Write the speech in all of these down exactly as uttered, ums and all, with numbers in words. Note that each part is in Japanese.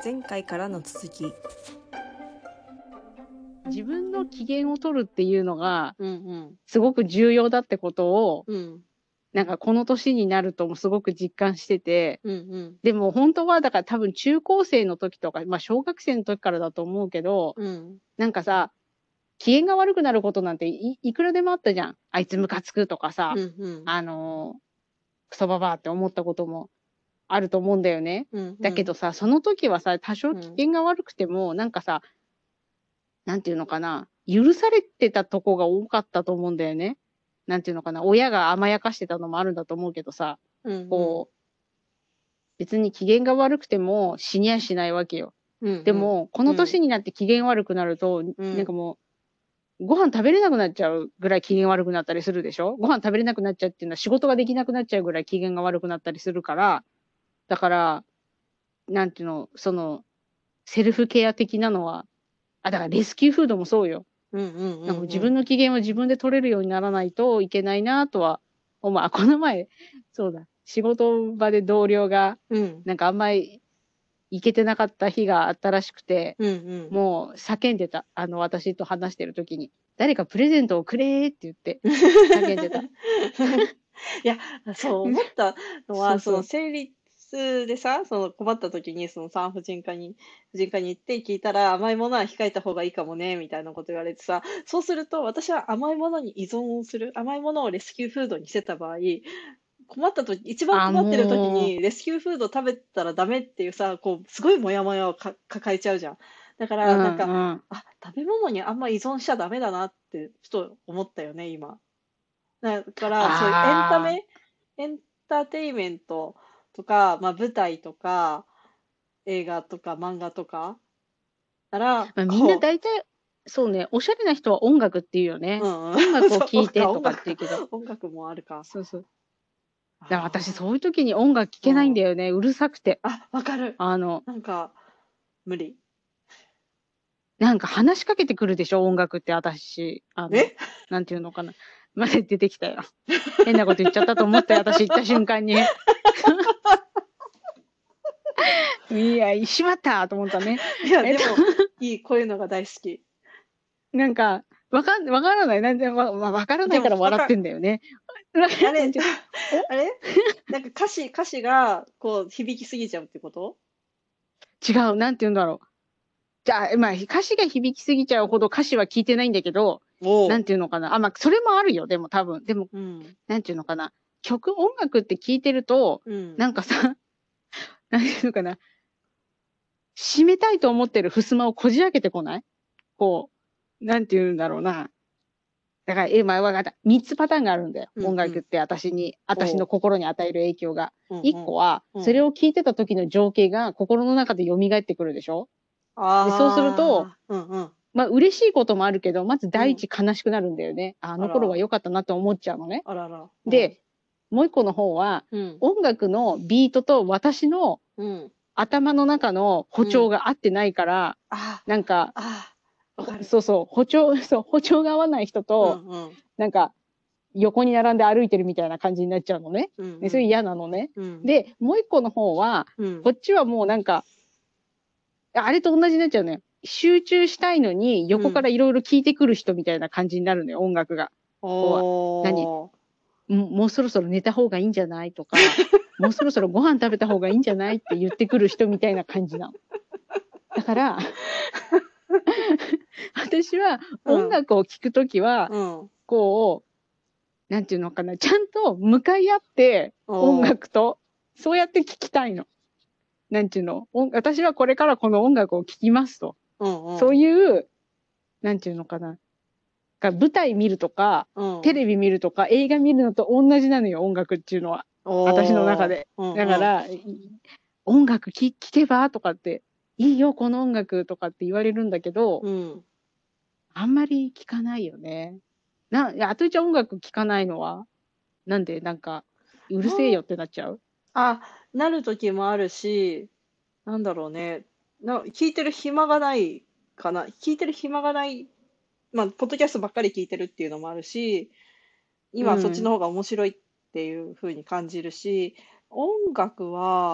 前回からの続き。 自分の機嫌を取るっていうのがうんうんすごく重要だってことを、 うんなんかこの年になるともすごく実感してて、 うんうんでも本当はだから多分中高生の時とか、まあ小学生の時からだと思うけど、 うんなんかさ、機嫌が悪くなることなんて い, いくらでもあったじゃん。あいつムカつくとかさ、 うんうんあのー、クソババアって思ったこともあると思うんだよね。 うんだけどさ、その時はさ、多少うん機嫌が悪くても、なんかさ、なんていうのかな、許されてたとこが多かったと思うんだよね。なんていうのかな、親が甘やかしてたのもあるんだと思うけどさ、 うんこう、別に機嫌が悪くても死にやしないわけよ。 うんでも、この年になって機嫌悪くなると、 んなんかもう、ご飯食べれなくなっちゃうぐらい機嫌悪くなったりするでしょ。ご飯食べれなくなっちゃうっていうのは仕事ができなくなっちゃうぐらい機嫌が悪くなったりするから、だから、なんていうの、その、セルフケア的なのは、あ、だからレスキューフードもそうよ。 うんうんうんなんか自分の機嫌を自分で取れるようにならないといけないなとは思う。あ、この前、そうだ、仕事場で同僚が、 うんなんかあんまりいけてなかった日があったらしくて、 うんうんもう叫んでた。あの、私と話してる時に。誰かプレゼントをくれーって言って、叫んでた。 いや、そう思ったのは、そのそうそう。 生理痛でさ、その困った時にその産婦人科に、婦人科に行って聞いたら甘いものは控えた方がいいかもね、みたいなこと言われてさ、そうすると私は甘いものに依存をする、甘いものをレスキューフードにしてた場合、困った時、一番あ、 困ってる時もにレスキューフード食べたらダメっていうさ、こう、すごいモヤモヤをか抱えちゃうじゃん。だかう、うら、なんか、 んあ、食べ物にあんま依存しちゃダメだなって、ふと思ったよね、今。だから、そういうエンタあメ、エンターテインメントとか、まあ、舞台とか、映画とか、漫画とか、なら、 あ、まあ、みんなこ大体、そうね、おしゃれな人は音楽っていうよう、うね。 んうん、 音楽をそう、か、 聴いてとかって言う音楽、 けど。 音楽もあるか。 そうそう。だから私あそういう時に音楽聴あ、 けないんうん。 だよね。うるさくて。 あ、わかる。 あの、 なんか、無理。 なんか話しかけてくるでしょ、音楽って私。あの、 えなんていうのかな。まで出てきたよ。変なこと言っちゃったと思ったよ、私言った瞬間に。いや、しまったと思ったね。 いや、 えっと、 でも、いい、こういうのが大好き。 なんか、わかん、わからない。なんで、わ、わわからなでも、 いから笑っわか、 てんだよね。わかあれ、 んないちょおあれなんか歌詞、歌詞が、こう、響きすぎちゃうってこと？ 違う、なんて言うんだろう。じゃあ、まあ、歌詞が響きすぎちゃうほど歌詞は聞いてないんだけど、 おう。 なんていうのかな。あ、まあ、それもあるよ、でも多分。でも、 うん。 なんていうのかな。曲、音楽って聞いてると、 うん。 なんかさ、なんていうのかな。締めたいと思ってる襖をこじ開けてこない？こう、なんていうんだろうな。だから、え、まあ、わかった。三つパターンがあるんだよ。 うんうん音楽って私に、私おう。 の心に与える影響が。 うん一個は、 うん。 それを聞いてた時の情景が心の中で蘇ってくるでしょ？で、そうすると、 ああ、うんうん。 まあ、嬉しいこともあるけど、まずうん。 第一悲しくなるんだよね。ああの頃はあら、 良かったなって思っちゃうのね。 あらら。うん。 で、もう一個の方は、 うん。 音楽のビートと私のうん。 頭の中の歩調うん。 が合ってないから、 あなんか、 あ、ああ、わかる。 そうそう、歩調、そう、歩調が合わない人うと、 んうん。 なんか、横に並んで歩いてるみたいな感じになっちゃうのね。 うんで、それ嫌なのね。 うん。うん。 で、もう一個の方は、 うんこっちはもうなんか、あれと同じになっちゃうのよ。集中したいのに、横からいろいろ聞いてくる人みたいな感じになるのよ、音楽が。こう、何おー。 ももうそろそろ寝た方がいいんじゃないとか、もうそろそろご飯食べた方がいいんじゃないって言ってくる人みたいな感じなの。だから、私は音楽を聴くときは、 うん。 こう、なんていうのかな、ちゃんと向かい合って音おー。 楽と、そうやって聴きたいの。なんていうの、音私はこれからこの音楽を聴きますと。 うんうん。 そういう、なんていうのかな。が舞台見るとか、 うん。 テレビ見るとか、映画見るのと同じなのよ、音楽っていうのは。私の中おー。 で。 うんうん。 だから、い音楽聴けばとかって、いいよ、この音楽とかって言われるんだけど、 うん。 あんまり聴かないよね。な、いや、あといちゃん音楽聴かないのはなんで、なんか、うるせえよってなっちゃう？ あ、なる時もあるし、なんだろうね。な、聞いてる暇がないかな。聞いてる暇がない。まあ、ポッドキャストばっかり聞いてるっていうのもあるし、今そっちうん。 の方が面白いっていう風に感じるし、音楽は、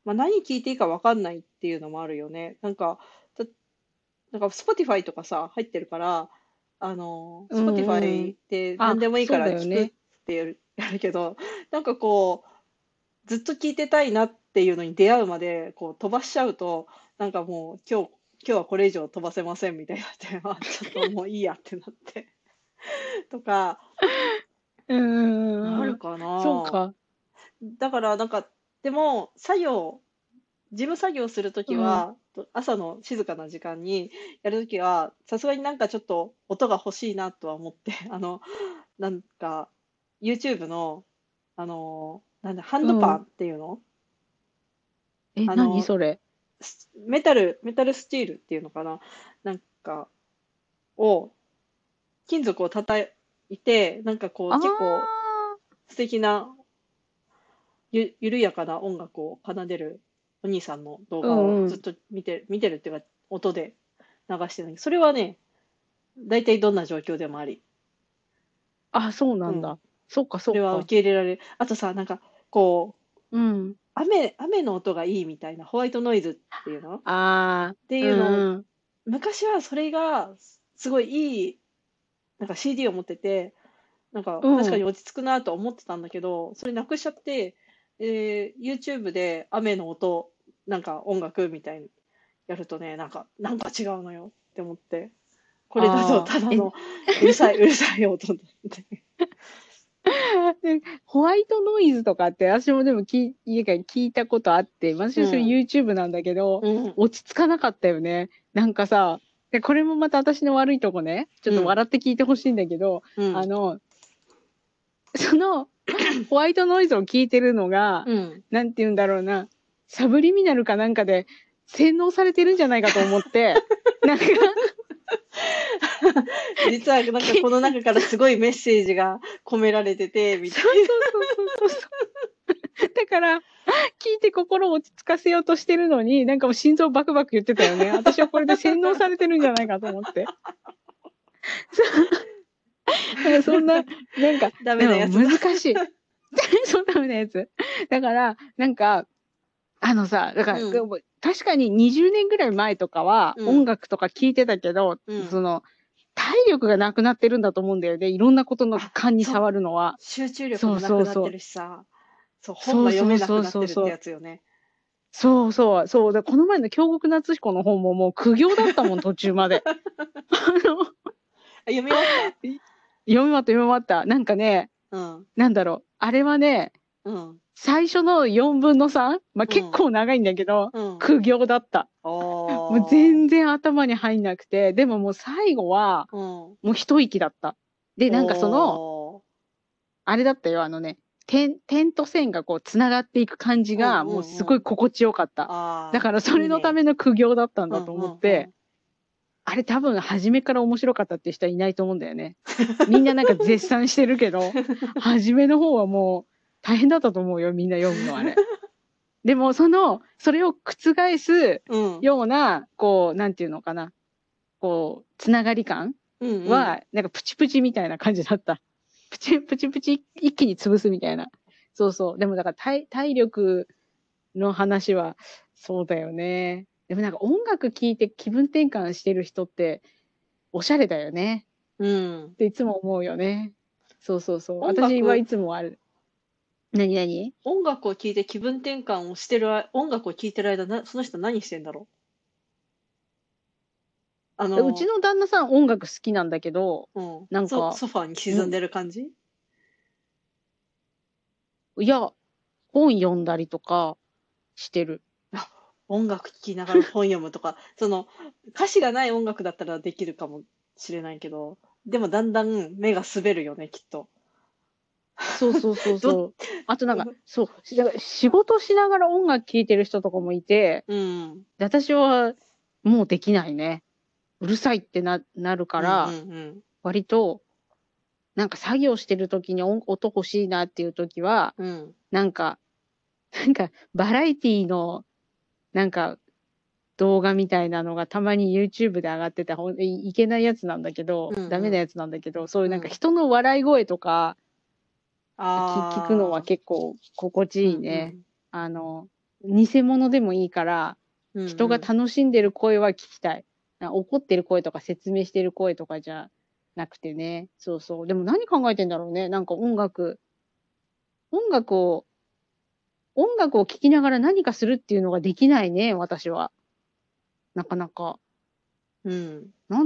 まあ、何聞いていいか分かんないっていうのもあるよね。なんか、たなんか Spotify とかさ、入ってるから、あの、 うんうんう Spotify ん。 で何あ、 でもいいかそうら聞くっだよね。 てやる、やるけど、なんかこう、ずっと聞いてたいなっていうのに出会うまで、こう飛ばしちゃうと、なんかもう今日、今日はこれ以上飛ばせませんみたいになって、あ、ちょっともういいやってなってとか、 うんうんうんうん。 あるかな。 そうか。 だからなんか、でも、作業、事務作業するとうん。 きは、と朝の静かな時間にやるときは、さすがになんかちょっと音が欲しいなとは思って、あの、なんか、YouTube の、あの、なんだ、ハンうドパンん。 っていうのえ、 あの、 何それ？ スメタル、メタルスチールっていうのかな、なんか、を、金属を叩いて、なんかこう、 あ結構あ。 素敵な、ゆ、緩やかな音楽を奏でるお兄さんの動う画をんうん。 ずっと見て、見てるっていうか、音で流してるんだけど、それはね、大体どんな状況でもあり。 あ、そうなうん。 んだ。そっかそれは受そっか。 け入れられる。あとさ、なんか、こう、 うん。 雨、雨の音がいいみたいな、ホワイトノイズっていうのっああ。 てういうのを、 んうん。 昔はそれが、すごいいい、なんか シーディー を持ってて、なんかうん。 確かに落ち着くなとは思ってたんだけど、それなくしちゃって、えー YouTube で雨の音、なんか音楽みたいにやるとね、なんか、なんか違うのよって思って、これだとああ。え、 ただのうるさい、うるさい音だって。 でホワイトノイズとかって私もでも聞い、家から聞いたことあって、私それうん、 YouTube なんだけど、 うん、 落ち着かなかったよね。なんかさ、で、これもまた私の悪いとこね。ちょっとうん、 笑って聞いてほしいんだけど、 うん、 あの、その、ホワイトノイズを聞いてるのが、 うん。 なんて言うんだろうな、サブリミナルかなんかで洗脳されてるんじゃないかと思って、なんか、 実はなんかこの中からすごいメッセージが込められてて、みたいそうそうそうそうそうそう。だから、聞いて心を落ち着かせようとしてるのに、なんかもう心臓バクバク言ってたよね。私はこれで洗脳されてるんじゃないかと思って。なんかそんな、なんか、 な。ダメでもなやつだ。 難しい。そんななやつ。だから、なんか、あのさ、だから、 うん、 確かににじゅうねんぐらい前とかはうん、 音楽とか聞いてたけど、 うん。 その、体力がなくなってるんだと思うんだよね。いろんなことのあ、 勘にそう。 触るのは。 集中力そうもなくなってそうそう。 るしさ、そう、本そうが読めそうそうなくなってるってそうそう。 やつよね。 そうそう。そう。で、この前の京極夏彦の本ももう苦行だったもん、途中まで。あの、 あ、読み終わった？ い読み終わった、読み終わった。なんかね、 うん、 なんだろう。あれはね、 うん、 最初のよんぶんのさん? まあ、結うん、 構長いんだけど、 うん。 苦行だった。もうおー、 全然頭に入んなくて、でももう最後は、 うん、 もう一息だった。で、なんかその、 おー、 あれだったよ、あのね、点、点と線がこう繋がっていく感じうん、 が、 うもうすん、うん。 ごい心地よかった。だあからそー、いいね。 れのための苦行だったんうん、 だとうん、う思って、 ん。 あれ多分初めから面白かったって人はいないと思うんだよね。みんななんか絶賛してるけど、初めの方はもう大変だったと思うよ、みんな読むのあれ。でもその、それを覆すうん、 ような、こう、なんていうのかな、こう、つながり感うん、うん。 は、なんかプチプチみたいな感じだった。プチプチプチ一気に潰すみたいな。そうそう。でもだから体、体力の話は、そうだよね。でもなんか音楽聴いて気分転換してる人って、おしゃれだよね。 うん。 っていつも思うよね。そうそうそう。 音楽、 私はいつもある。何何音楽を聴いて気分転換をしてるあ、音楽を聴いてる間、な、その人何してんだろう。あうちの、 の旦那さん音楽好きなんだけど、 うん。ソ、 なんか、 ソファーに沈んもでる感じ？ う、いや、本読んだりとかしてる。 あ、音楽聴きながら本読むとか、その、歌詞がない音楽だったらできるかもしれないけど、でもだんだん目が滑るよね、きっと。 そうそうそうど、 そう。あとなんか、そう、だから仕事しながら音楽聴いてる人とかもいて、 うん。 で私はもうできないね。うるさいってな、なるかうんうら、 んうん。 割と、なんか作業してる時に音、音欲しいなっていう時は、 うん。 なんか、なんか、バラエティの、なんか、動画みたいなのがたまに YouTube で上がってて、ほんいいけないやつなんだけど、 うんうん。 ダメなやつなんだけど、そういうなんかうん。 人の笑い声とか聞聞くのはああ。 結構心地うんいいね。 うん。 あの、 偽物でもいいから、 うんうん、 人が楽しんでる声は聞きたい。怒ってる声とか説明してる声とかじゃなくてね。そうそう。でも何考えてんだろうね。なんか音楽、音楽を、音楽を聴きながら何かするっていうのができないね、私は。なかなか。 うん。 なん、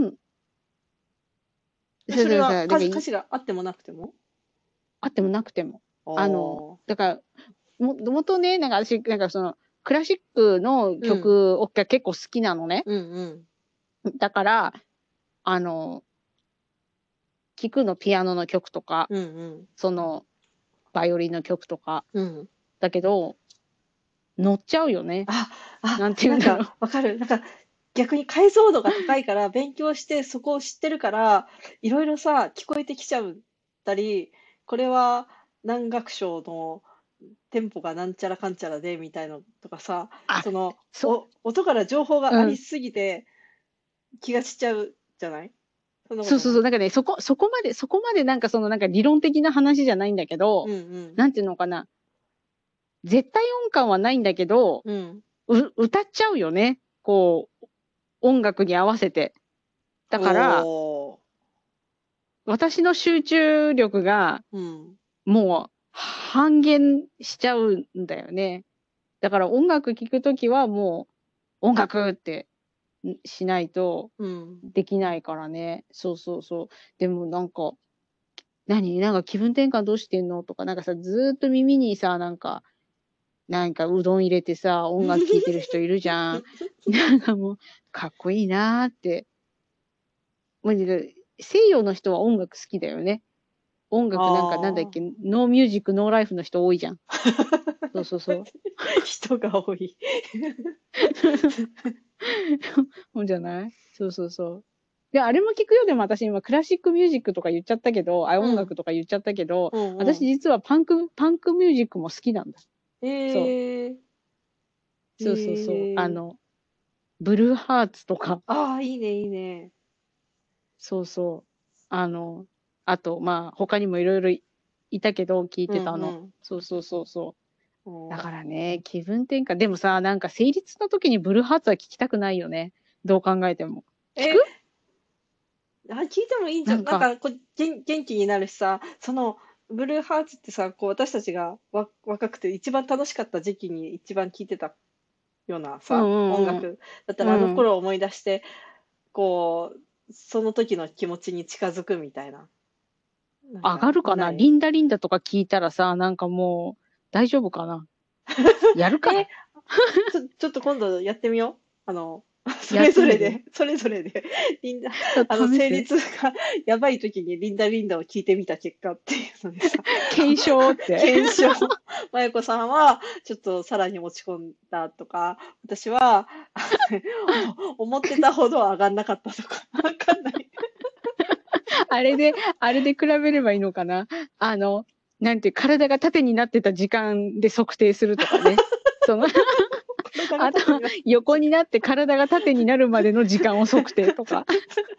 それはだから歌詞歌詞があってもなくても？ あってもなくても。あの、 おー。 だから、も、もとね、なんか私、なんかその、クラシックのうん。 曲を結構好きなのね。 うんうん。 だから、あの、聴くのピアノの曲とか、 うんうん。 その、バイオリンの曲とか。 うん。 だけど、乗っちゃうよね。 あ、あ、 なんて言なんかうんだろう。 わかる。なんか逆に解像度が高いから勉強してそこを知ってるから、いろいろさ、聞こえてきちゃったり、これは何楽章のテンポがなんちゃらかんちゃらでみたいのとかさ、 あ、 その、 そ、 お、音から情報があうん。 りすぎて気がしちゃうじゃない？そんなことない？ そうそうそう。なんかね、そこ、そこまで、そこまでなんかそのなんか理論的な話じゃないんだけど、 うんうん。 なんていうのかな。絶対音感はないんだけど、 うん。 う、歌っちゃうよね。こう、音楽に合わせて。だから、 おー。 私の集中力がうん。 もう半減しちゃうんだよね。だから音楽聴くときはもう音楽ってしないとうん。 できないからね。そうそうそう。でもなんか、何なんか気分転換どうしてんのとか、なんかさ、ずーっと耳にさ、なんか、なんかうどん入れてさ、音楽聴いてる人いるじゃん。なんかもう、かっこいいなーって。マジで、西洋の人は音楽好きだよね。音あ楽なんかなんだっけ、 あ。 ノーミュージック、ノーライフの人多いじゃん。そうそうそう。 人が多い。 そうじゃないそうそうそう。で、あれも聞くよ。でも私今クラシックミュージックとか言っちゃったけど、あ、音うん。 楽とか言っちゃったけど、 うんうん。 私実はパンク、パンクミュージックも好きなんだ。そう。 ええそうそうそう。あええ、 の、ブルーハーツとか、 ああ、いいね、いいね。 そうそう。あの、あと、まあ、他にもいろいろいいたけど、聞いうてたの。 んうん。 そうそうそうそう。だかおー。 らね、気分転換。でもさ、なんか生理痛の時にブルーハーツは聞きたくないよね。どう考えても。聞くえ、あ、聞いてもいいんじゃん。なんなんか、 かこう、元元気になるしさ、その、ブルーハーツってさ、こう、私たちがわ若くて一番楽しかった時期に一番聴いてたようなうさ、音んうん楽だったら、あのうん。うん。 頃を思い出して、こう、その時の気持ちに近づくみたいな。なん上か、 がるかなない？ リンダリンダとか聞いたらさ、なんかもう、大丈夫かなやるえ、 かちょ、ちょっと今度やってみよう。あの、そやっれてみるぞれで、それぞれで、リンダ、あの、 試す生理痛がやばい時にリンダリンダを聞いてみた結果っていうのでさ、 検証って。 検証。まゆこさんは、ちょっとさらに落ち込んだとか、私は、お思ってたほど上がんなかったとか、わかんない。 あれで、あれで比べればいいのかなあの、なんていう、体が縦になってた時間で測定するとかね。その、 体があとは縦になってる時間。 横になって体が縦になるまでの時間を測定とか。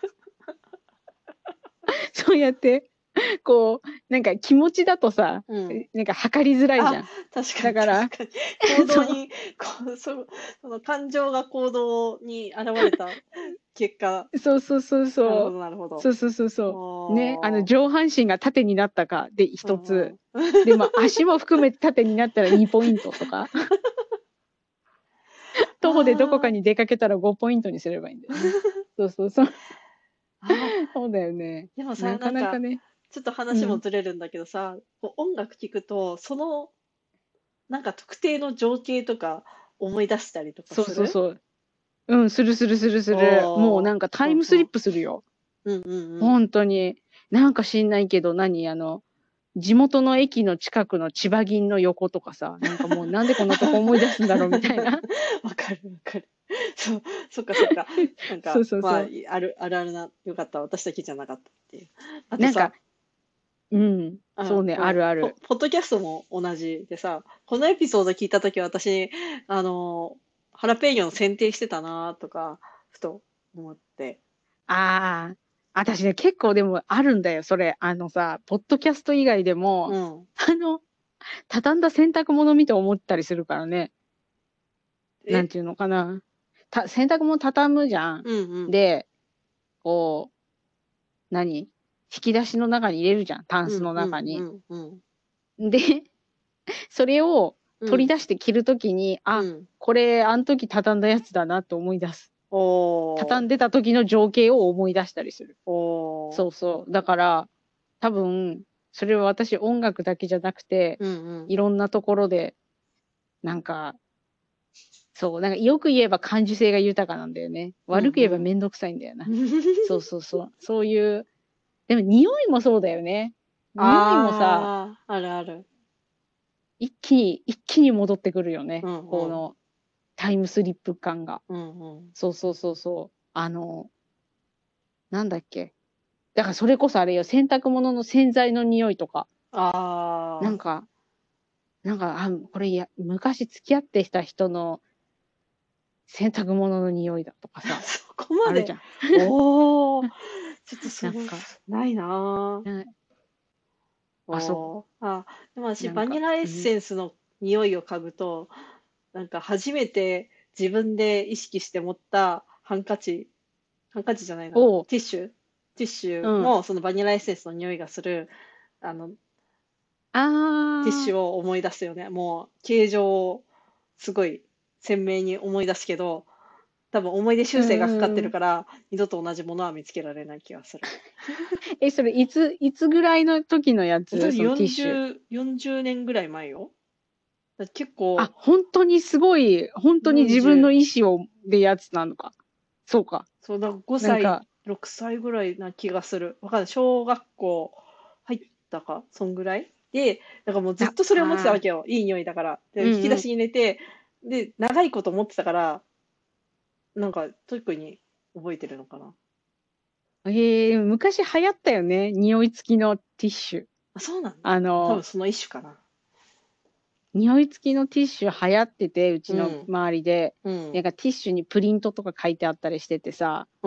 そうやって、こう、なんか気持ちだとさ、 うん。 なんか測りづらいじあ、 ゃん。 確かにだから、 確かに。行そう、 動に、こう、そ、その感情が行動に現れた結果。 そうそうそうそう。 なるほど、なるほど。 そうそうそうそう。ね、あの、 おー。 上半身が縦になったかで一つ。 うんうん。 で、まあ、足も含めて縦になったらにポイントとか。徒歩でどこかあに出かけたらごポイントにすればいいんだよね。そうそうそう。 あ、ああ、 そうだよね。 でもさ、 なかなんか、 なかね。 ちょっとうん。 話もずれるんだけどさ、こう音楽聴くと、その、なんか特定の情景とか思い出したりとかそうする？ そうそう。うん、するするするする。もうおー。 なんかタイムスリッうんうん。 プするよ。 うんうんうん。 本当に。なんか知んないけど、何あの、地元の駅の近くの千葉銀の横とかさ、なんかもうなんでこんなとこ思い出すんだろうみたいな。 わかるわかる。そう、そっかそっか。なんか、まあ、 そうそうそう。 ある、あるあるな、よかった。私だけじゃなかったっていう。あとなんか、 さ、 うん。そあ、 うね、 ごめん。ポ、 あるある。 ポッドキャストも同じでさ、このエピソード聞いたとき私、あの、ハラペーニョの選定してたなとか、ふと思って。 ああ、私ね、結構でもあるんだよ、それ。あのさ、ポッドキャスト以外でも、 うん。 あの、畳んだ洗濯物見て思ったりするからね。 なんていうのかな。た洗濯物畳むじゃん。 うんうん。 で、こう、何引き出しの中に入れるじゃん。タンスの中に。 うんうんうん。 で、それをうん。 取り出して着るときに、あ、 うん。 これ、あの時畳んだやつだなって思い出す。 おー。 畳んでた時の情景を思い出したりする。 おー。 そうそう。だから、多分、それは私音楽だけじゃなくて、 うんうん。 いろんなところで、なんか、そう、なんかよく言えば感受性が豊かなんだよね。悪く言えばめんどくさいんだよな。そうそうそう。そういう、でも匂いもそうだよね。匂いもさ、 あー、あるある。 一気に、一気に戻ってくるよね。 うんうん。 このタイムスリップ感が。 うんうん。 そうそうそうそう。あの、なんだっけ。だからそれこそあれよ、洗濯物の洗剤の匂いとか、なあんか、なんか、あ、これや、昔付き合ってきた人の洗濯物の匂いだとかー、 さ、 そこまで。 あるじゃん。 おー。ちょっとそれ、 なんか、 ないなぁ。 なあ、そおー。あ、でもう。 私、 なんか、 バニラエッうん。 センスの匂いを嗅ぐと、なんか初めて自分で意識して持ったハンカチ、ハンカチじゃないな、 おう、 ティッシュティッシうん。 ュもそのバニラエッセンスの匂いがする、あの、ティッシあュを思い出すよね。もう、形状をすごい鮮明に思い出すけど、多分思い出ー、う修正がかかってんうん。 るから、二度と同じものは見つけられない気がする。 え、それ、いつ、いつぐらいの時のや多分つそのティッシュ。 よんじゅう、よんじゅうねんぐらい前よ。だから結構、 あ、本当にすごい、本当に自分のよんじゅう、 意思を、でやつなのか。そうか。 そうだ、5歳、 なんか、 ろくさいぐらいな気がする。わかんない。小学校入ったかそんぐらいで、だからもうずっあ、 とそれを持ってたわあけよ。いい匂いだから。で、 うんうん。 引き出しに入れて、で、長いこと持ってたから、なんか特に覚えてるのかな。 ええ昔流行ったよね。匂い付きのティッシュ。 あ、そうなんだ。 あの、 多分その一種かな。 匂い付きのティッシュ流行ってて、うちのうん、 周りで、 うん、 なんかティッシュにプリントとか書いてあったりしててさ、 うん。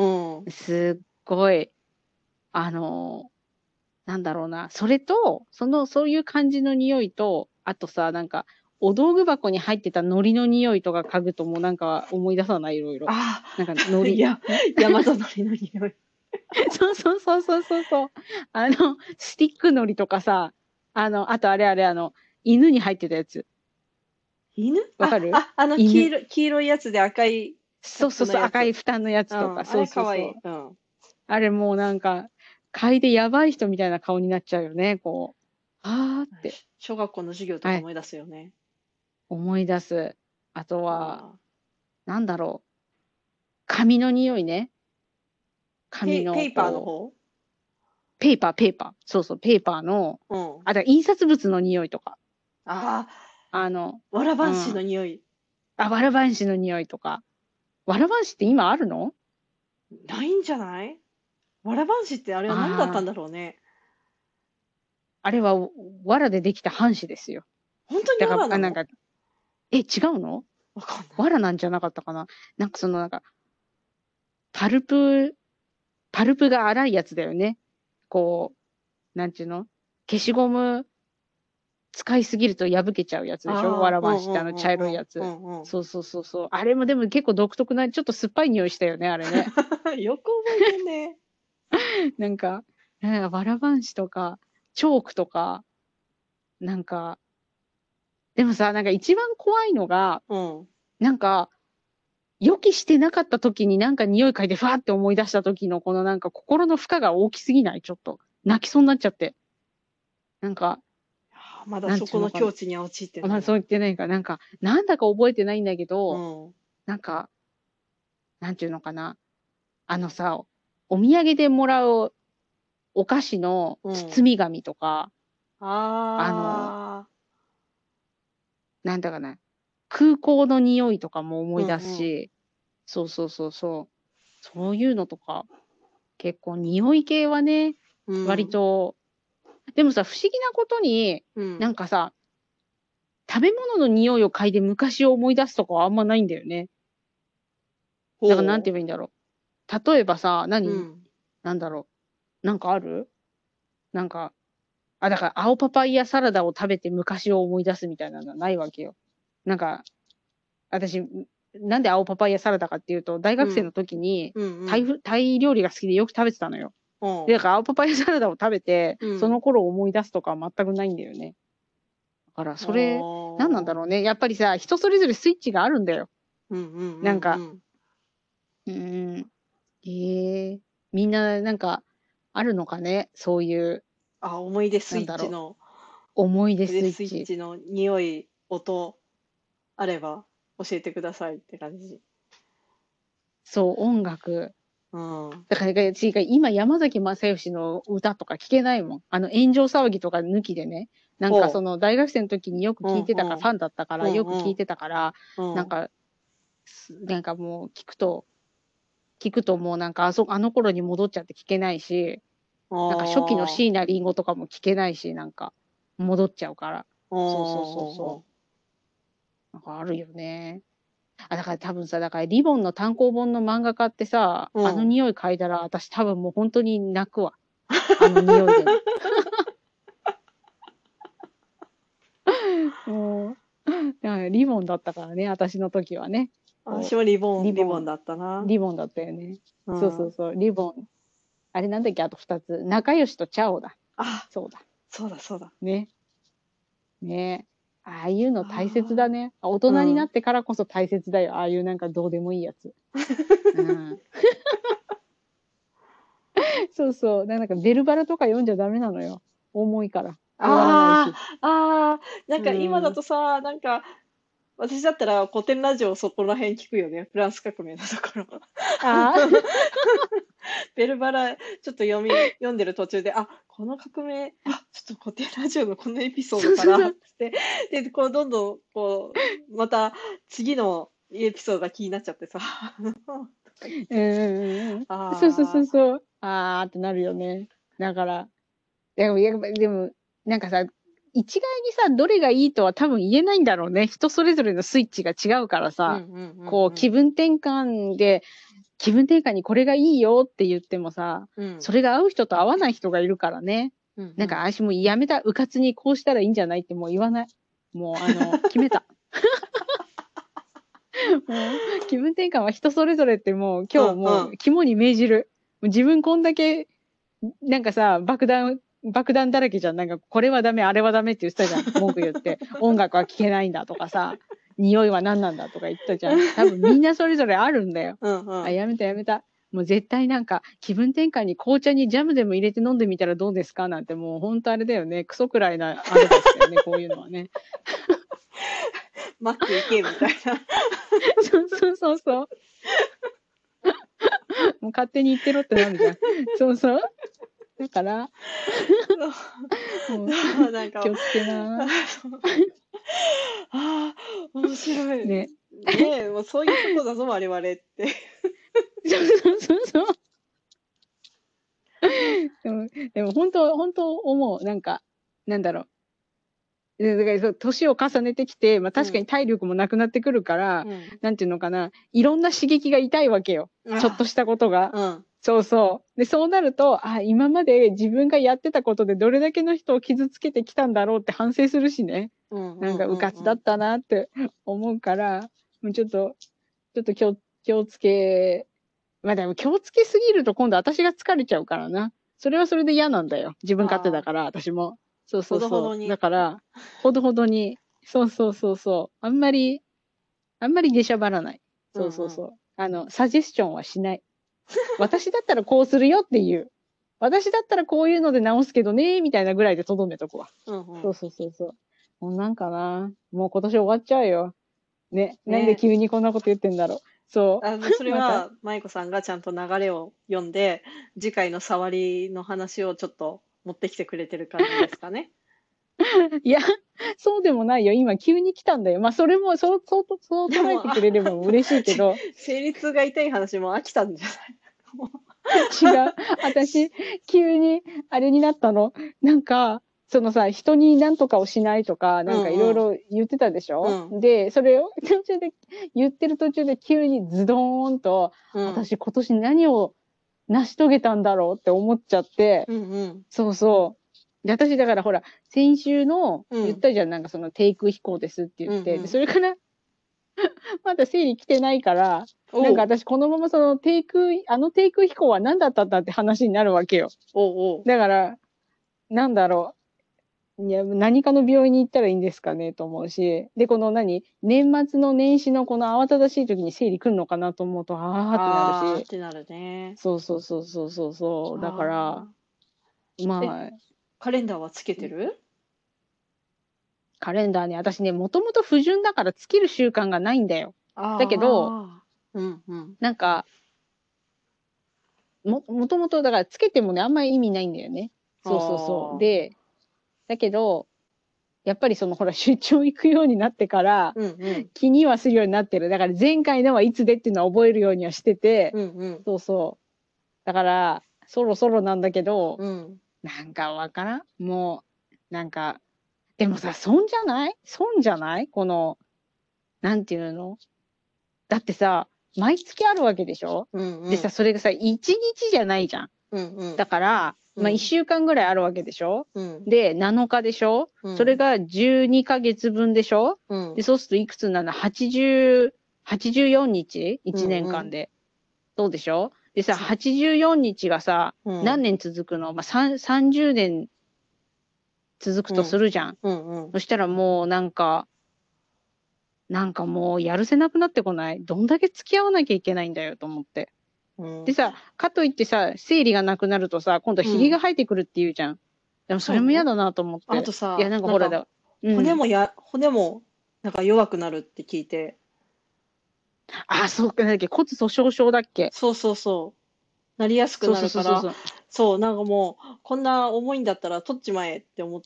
すっごい、あの、なんだろうな。それと、その、そういう感じの匂いと、あとさ、なんか、お道具箱に入ってた海苔の匂いとか嗅ぐともうなんか思い出さない、いろいろ。 あなんか海あ、い苔。 や、大和のりの匂い。 そうそうそうそうそうそう。あの、スティック海苔とかさ、あの、あとあれあれ、あの、犬に入ってたやつ。 犬あ、 わかるあ、あの黄犬。 色、黄色いやつで赤いキャッそうそうそう、 プのやつ。 赤い蓋のやつとか、 うん、あそうれかわいい。 そうそう。 うん。 あれもうなんか、嗅いでやばい人みたいな顔になっちゃうよね、こう。あーって。 小学校の授業とはい。 か思い出すよね。 思い出す。あとは、 ああ。 なんだろう。紙の匂いね。紙ペイ、ペの、 ーパーのこう、 方ペーパー、ペーパー。そうそう、ペーパーの、 うん。 あ、だから印刷物の匂いとか。 ああ、 あの、 わらばんしのうん。 匂い。 あ、わらばんしの匂いとか。わらばんしって今あるの？ ないんじゃない？わらばんしってあれは何だったんああだろうね。 あれは、わらでできた半紙ですよ。 本当にだから、あ、 わらなの？ なんか、え、違うの？ わかんない。 わらなんじゃなかったかな。なんかその、なんか、パルプ、パルプが粗いやつだよね。こう、なんちゅうの？消しゴム使いすぎると破けちゃうやつでしょ？わああ、うらばんしってあのんうんう茶色いんうやつ。 んうんうん。 そうそうそうそう。あれもでも結構独特な、ちょっと酸っぱい匂いしたよね、あれね。 よく覚えてんね。 なんか、なんかわらばんしとか、チョークとか、なんか、でもさ、なんか一番怖いのが、 うん。 なんか、予期してなかった時になんか匂い嗅いでファーって思い出した時のこのなんか心の負荷が大きすぎない？ちょっと。泣きそうになっちゃって。なんか、 まだなんそこのちゅうのかな。 境地には陥ってあまあそうないな。 言ってないか。なんか、なんだか覚えてないんだけど、 うん。 なんか、なんちゅうのかな。あのさ、お土産でもらうお菓子のうん。 包み紙とか、あの、 ああ。 なんだかな。空港の匂いとかも思うい出んうん。 すし、そうそうそうそう。そういうのとか、結構匂い系はね、割うん。 と、でもさ、不思議なことに、 うん。 なんかさ、食べ物の匂いを嗅いで昔を思い出すとかはあんまないんだよね。だからなんてほ言えばいいんだろう。例えばさ、 う。う何ん。 なんだろう。なんかあるなんか、あ、だから青パパイヤサラダを食べて昔を思い出すみたいなのはないわけよ。なんか、私、 なんで青パパイヤサラダかっていうと、大学生の時にタイ、 うんうん。 タイ料理が好きでよく食べてたのよ。 うんで、だから青パパイヤサラダを食べて、 うんその頃を思い出すとかは全くないんだよね。だから、それ、何なんだろうね。やっぱりさ、人それぞれスイッチがあるんだよ。 うんうんうんうん。 なんか、うーん、ええみんな、なんか、あるのかね。そういう、 あ、思い出スイなんだろう。 ッチの、 思い出思い出スイッスイッチ。 チの匂い、音あれば教えてくださいって感じ。 そう、音楽。 うん。 だから、違う今、山崎正義の歌とか聞けないもん。あの、炎上騒ぎとか抜きでね。なんか、 ほその、大学生の時によくう。うん聞いてたから、 うん。 ファンだったかうら、よく聞いんてたから、 うん。うん。 なんか、すなんかもう、聞くと、聞くともうなんか、あそ、あの頃に戻っちゃって聞けないし、 あなんか初期のあ。 椎名林檎とかも聞けないし、なんか、戻っちゃうから。 うそうそうそうん。 そう。なんかあるよね。あ、だから多分さ、だからリボンの単行本の漫画家ってさ、 うん。 あの匂い嗅いだら私多分もう本当に泣くわ。あの匂いでね。もう、だからリボンだったからね、私の時はね。こ私もリボう、 ン、 リボン、 リボンだったな。 リボンだったよね。 うん。 そうそうそう、リボン。あれなんだっけ、あと二つ。仲良しとチャオだ。 あ、 そうだ。 そうだそうだ。 ね。ね。ああいうの大切だあね。大あ。うん。 人になってからこそ大切だよ。ああいうなんかどうでもいいやつ。うん。そうそう。なんかベルバラとか読んじゃダメなのよ。重いから。終わらないあし。 あ、ああ、なんうか今だん。 とさ、なんか、私だったら古典ラジオそこら辺聞くよね。フランス革命のところ。 ああ。 ベルバラ、ちょっと読み、読んでる途中で、あ、この革命、あ、ちょっと古典ラジオのこのエピソードから、 そうそうそう。 つって、で、こう、どんどん、こう、また、次のエピソードが気になっちゃってさ、とか言っうんて。 うんうん。そうそうそあうそう。あーってなるよね。だから、でも、やっぱでも、なんかさ、一概にさ、どれがいいとは多分言えないんだろうね。人それぞれのスイッチが違うからあ、うんさ、 うんうんこう、 うん。 気分転換で、気分転換にこれがいいよって言ってもさ、 うん、 それが合う人と合わない人がいるからね。なんか、 うんうん。 私もうやめた、うかつにこうしたらいいんじゃないってもう言わない。もう、あの、決めた。もう、気分転換は人それぞれってもう、 う今日もう、 んうん。 肝に銘じる。もう自分こんだけ、なんかさ、爆弾、爆弾だらけじゃん。なんか、これはダメ、あれはダメって言ってたじゃん。文句言って。音楽は聴けないんだとかさ、匂いは何なんだとか言ったじゃん。多分みんなそれぞれあるんだよ。あ、 うんうん。 やめたやめた。もう絶対なんか、気分転換に紅茶にジャムでも入れて飲んでみたらどうですかなんてもう本当あれだよね。クソくらいなアドバイスだよね。こういうのはね。 マック行けみたいな。 そうそうそうそう。もう勝手に言ってろってなるじゃん。そうそう。だから、もう、 そう、なんか、 気をつけな。 ああ、面白い。 ね。 ねえ、もうそういうとこだぞ、我々って。 そうそうそうそう。でも、でも本当、本当思う。なんか、なんだろう。でだからそう、年を重ねてきて、まあ確かにうん、 体力もなくなってくるから、 うん。 なんていうのかな、いろんな刺激が痛いわけよ。ちょっとあしたことが。 あ、うん、 そうそう。で、そうなると、あ、今まで自分がやってたことでどれだけの人を傷つけてきたんだろうって反省するしね。 うん、うん、 なんか、ううん、 かつだうん。 ったなって思うから、もうちょっと、ちょっと気を、気をつけ、まあでも気をつけすぎると今度私が疲れちゃうからな。それはそれで嫌なんだよ。自分勝手だああ、 から、私も。そうそほうそう。だどほどに。 から、ほどほどに、そうそうそうそう。あんまり、あんまり出しゃばらない。 うん、うん。 そうそうそう。あの、サジェスチョンはしない。私だったらこうするよっていう。私だったらこういうので直すけどね、みたいなぐらいでとどめとくわ。 うん、うん。 そうそうそうそう。もうなんかな。もう今年終わっちゃうよ。ね。なんでね。 急にこんなこと言ってんだろう。そあの、そう。また。 れは、舞子さんがちゃんと流れを読んで、次回の触りの話をちょっと持ってきてくれてる感じですかね。 いや、そうでもないよ。今急に来たんだよ。まあ、それも、そう、そう、そう捉えでも、あ、 てくれれば嬉しいけど、 生理痛が痛い話も飽きたんじゃない？も違う。私、急に、あれになったの。なんか、そのさ、人に何とかをしないとか、 う、うなんかいろいんうん。 ろ言ってたでしょ。 うん、 で、それを途中で、言ってる途中で急にズドーンと、 うん、 私今年何を成し遂げたんだろうって思っちゃって、 うん、うん、 そうそう。で、私だからほら、先週のうん、 言ったじゃん、なんかその低空飛行ですって言っうん、 て、で、 うん、 それからまだ生理来てないから、 おうなんか私このままその低空、あの低空飛行は何だったんだって話になるわけよ。 おうおう。 だから、なんだろう。いや、何かの病院に行ったらいいんですかねと思うし。で、この何年末の年始のこの慌ただしい時に生理来るのかなと思うと、あーってなるあーっし。 てなるね。 そうそうそうそうそうそう。だから、 あー。え、 まあ、 カレンダーはつけてる？ カレンダーね、私ね、もともと不純だからつける習慣がないんだよ。だけど、 ああ、うんうん。 なんか、も、もともと、だからつけてもね、あんまり意味ないんだよね。 あそうそうそう。 あ、 で、だけど、やっぱりその、ほら、出張行くようになってから、 うんうん。 気にはするようになってる。だから前回のはいつでっていうのは覚えるようにはしてて、 うんうん。 そうそう。だから、そろそろなんだけど、 うん。 なんかわからんもう、なんか、でもさ、損じゃない損じゃないこの、なんていうのだってさ、毎月あるわけでしょでさ、 うんうん。 それがさ、いちにちじゃないじゃん。 うんうん。 だから、まあ、1 うん。 週間ぐらいあるわけでしょうん。 で、なのかでしょうん。 それがじゅうにかげつぶんでしょで、 うん。 そうするといくつなの ?はちじゅう、はちじゅうよっかう ?いちんうん。 年間で。そうでしょでさ、 そう。 はちじゅうよっかがさ、 うん。 何年続くのまあ、さんさんじゅうねん続くとすうん。 るじゃん。 うんうん。 そしたらもうなんか、なんかもうやるせなくなってこないどんだけ付き合わなきゃいけないんだよと思って。 うん。 でさ、かといってさ、生理がなくなるとさ、今度うん。 ヒゲが生えてくるって言うじゃん。でもそれも嫌そう。 だなと思って。 あといや、 さ、 なんかなんか、 ほらだ。うん。 骨もや、骨も、なんか弱くなるって聞いて。 あ、そうか、なんだっけ、骨粗鬆症だっけ。 そうそうそう。なりやすくそうなるから、 そうそうそうそう。 そう、なんかもう、こんな重いんだったら取っちまえって思って、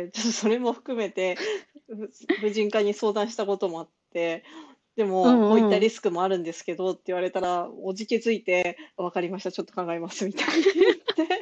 ちょっとそれも含めて、ふ婦人科に相談したこともあって、でうも、こういったんうん。 リスクもあるんですけどって言われたら、おじけづいて、わかりました、ちょっと考えますみたいに言って。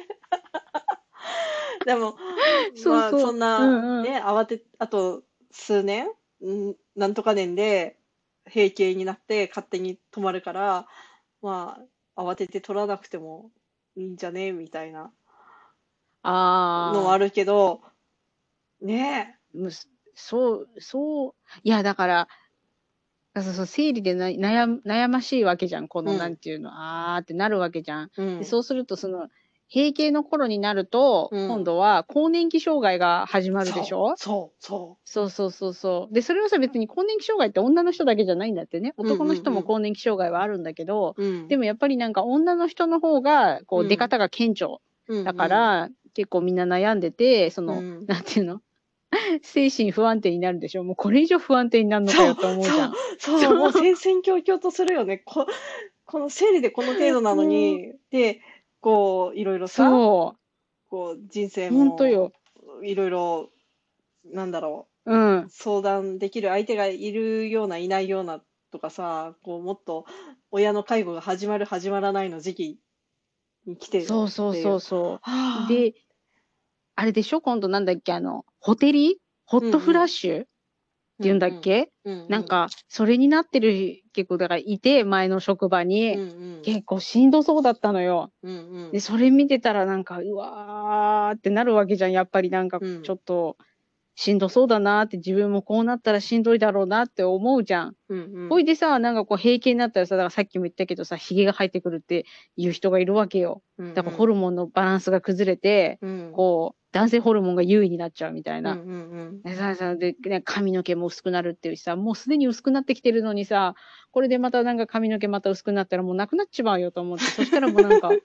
でも、まあ、そそうそう。うんな、 んうん。 ね、慌て、あと数年、うん、なんとか年で閉経になって勝手に止まるから、まあ、慌てて取らなくてもいいんじゃねみたいなのはあああ、 るけど、ねむすそう、そう。いや、だから、そうそう、生理でな悩む悩ましいわけじゃん。こえ、うの、なんん、 ていうの、あーってなるわけじゃん。で、 うん、 そうすると、その、閉経の頃になると、 うん。 今度は更年期障害が始まるでしそう、 ょそう、そそうそうそうそう。で、それはさ、別に更年期障害って女の人だけじゃないんだってね。 う。うん男の人もうん更年期障害はあるんだけど、 うん。うん、 でもやっぱりなんか女の人の方が、こう、出うん、 方が顕著。 うん、 だかうん、 ら、結構みんな悩んでて、その、 うん。 なんていうの精神不安定になるでしょもうこれ以上不安定になるのかそう、 よって思うじそう、 ゃん。 そう、もう戦々恐々とするよね。こ、この生理でこの程度なのもう、 に、で、こう、いろいろさ、 そこう、人生う、ほんとも、 よ。 いろいろ、なんだろうう、 ん。 相談できる相手がいるような、いないようなとかさ、こう、もっと、親の介護が始まる、始まらないの時期に来てるそうそうっていう。 そうそはう。 あ、 で、あれでしょ今度なんだっけあの、ホテリホットフラッうんうん、 シュっていうんだっうんうん、 けうんうん、 なんか、それになってる結構だからいて、前の職場うんに。 うん、 結構しんどそうだったのよ。 うんうで、 ん、 それ見てたらなんか、うわーってなるわけじゃん。やっぱりなんか、 うん、 ちょっと、しんどそうだなって自分もこうなったらしんどいだろうなって思うじゃん。 うんうん、 ほいでさ、なんかこう閉経になったらさ、だからさっきも言ったけどさ、髭が生えてくるっていう人がいるわけよ。 うんだからホルモンのバランスが崩れて、 うん、 こう、男性ホルモンが優位になっちゃうみたいな。 うんうんうん、 でさ、さで、ね、髪の毛も薄くなるっていうしさ、もうすでに薄くなってきてるのにさ、これでまたなんか髪の毛また薄くなったらもうなくなっちまうよと思って、そしたらもうなんか、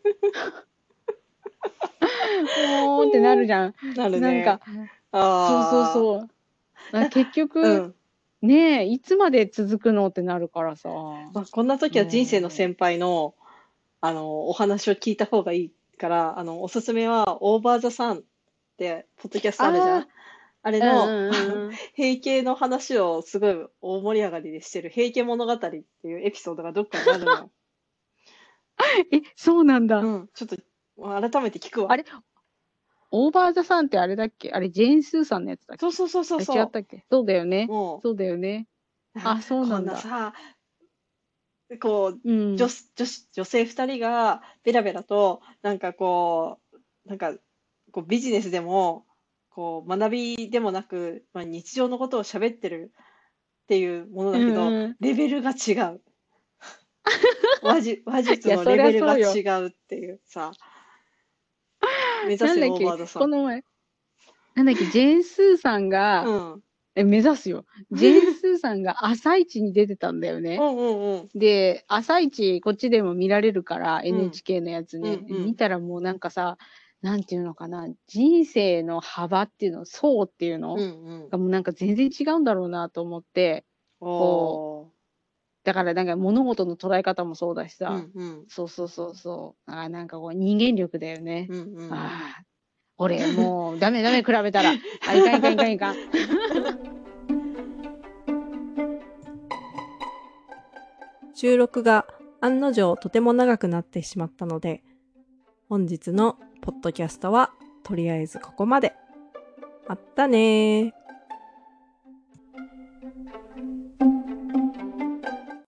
もうってなるじゃん。 なるね。 なんか、そうそうあそう。ああ。 結局、 うん。 ねえ、いつまで続くのってなるからさ。 まあ、こんな時は人生のも先輩の、あの、お話を聞いた方がいいから、あの、おすすめは、オーバーザさんって、ポッドキャスう。 トあるじゃん。 ああれあ、うんの、 うんうんうん。 平家の話をすごい大盛り上がりでしてる、平家物語っていうエピソードがどっかにあるのよ。 え、そうなんだ。 うん。ちょっと、改めて聞くわ。 あれ、オーバーザさんってあれだっけあれ、ジェーン・スーさんのやつだっけそうそうそうそうあれ違っそたっけそうだよう。 ね。 もそうだよね。 う、あ、 あ、そうこなんだ。 んなさ、こう、女、 うん。 女子、女性二人がベラベラと、なんかこう、なんか、こうビジネスでも、こう、学びでもなく、まあ、日常のことを喋ってるっっていうものだうけど、 んうん。 レベルが違う。話術、話い術や、そりゃのレベルがそうよ。 違うっていうさ、目指せオーバなんだっけ、 ードさん。 この前、なんだっけ、ジェーンスーさんが、 うん。 え、目指すよ。ジェーンスーさんが朝一に出てたんだようね。 んうんうん。 で、朝一こっちでも見られるから、 うん。 エヌエイチケー のやつうんね。 うん。 見たらもうなんかさ、なんていうのかな、人生の幅っていうの、層っていううんのうん。 がもうなんか全然違うんだろうなと思って、こう、 おー。 だからなんか物事の捉え方もそうだしうさ、 んうん。 そうそうそうそう。あーなんかこう人間力だよね。 うんうん。 ああ、俺もうダメダメ比べたら。あ、いかんいかんいかんいかん。 収録が案の定とても長くなってしまったので、本日のポッドキャストはとりあえずここまで。あったねー。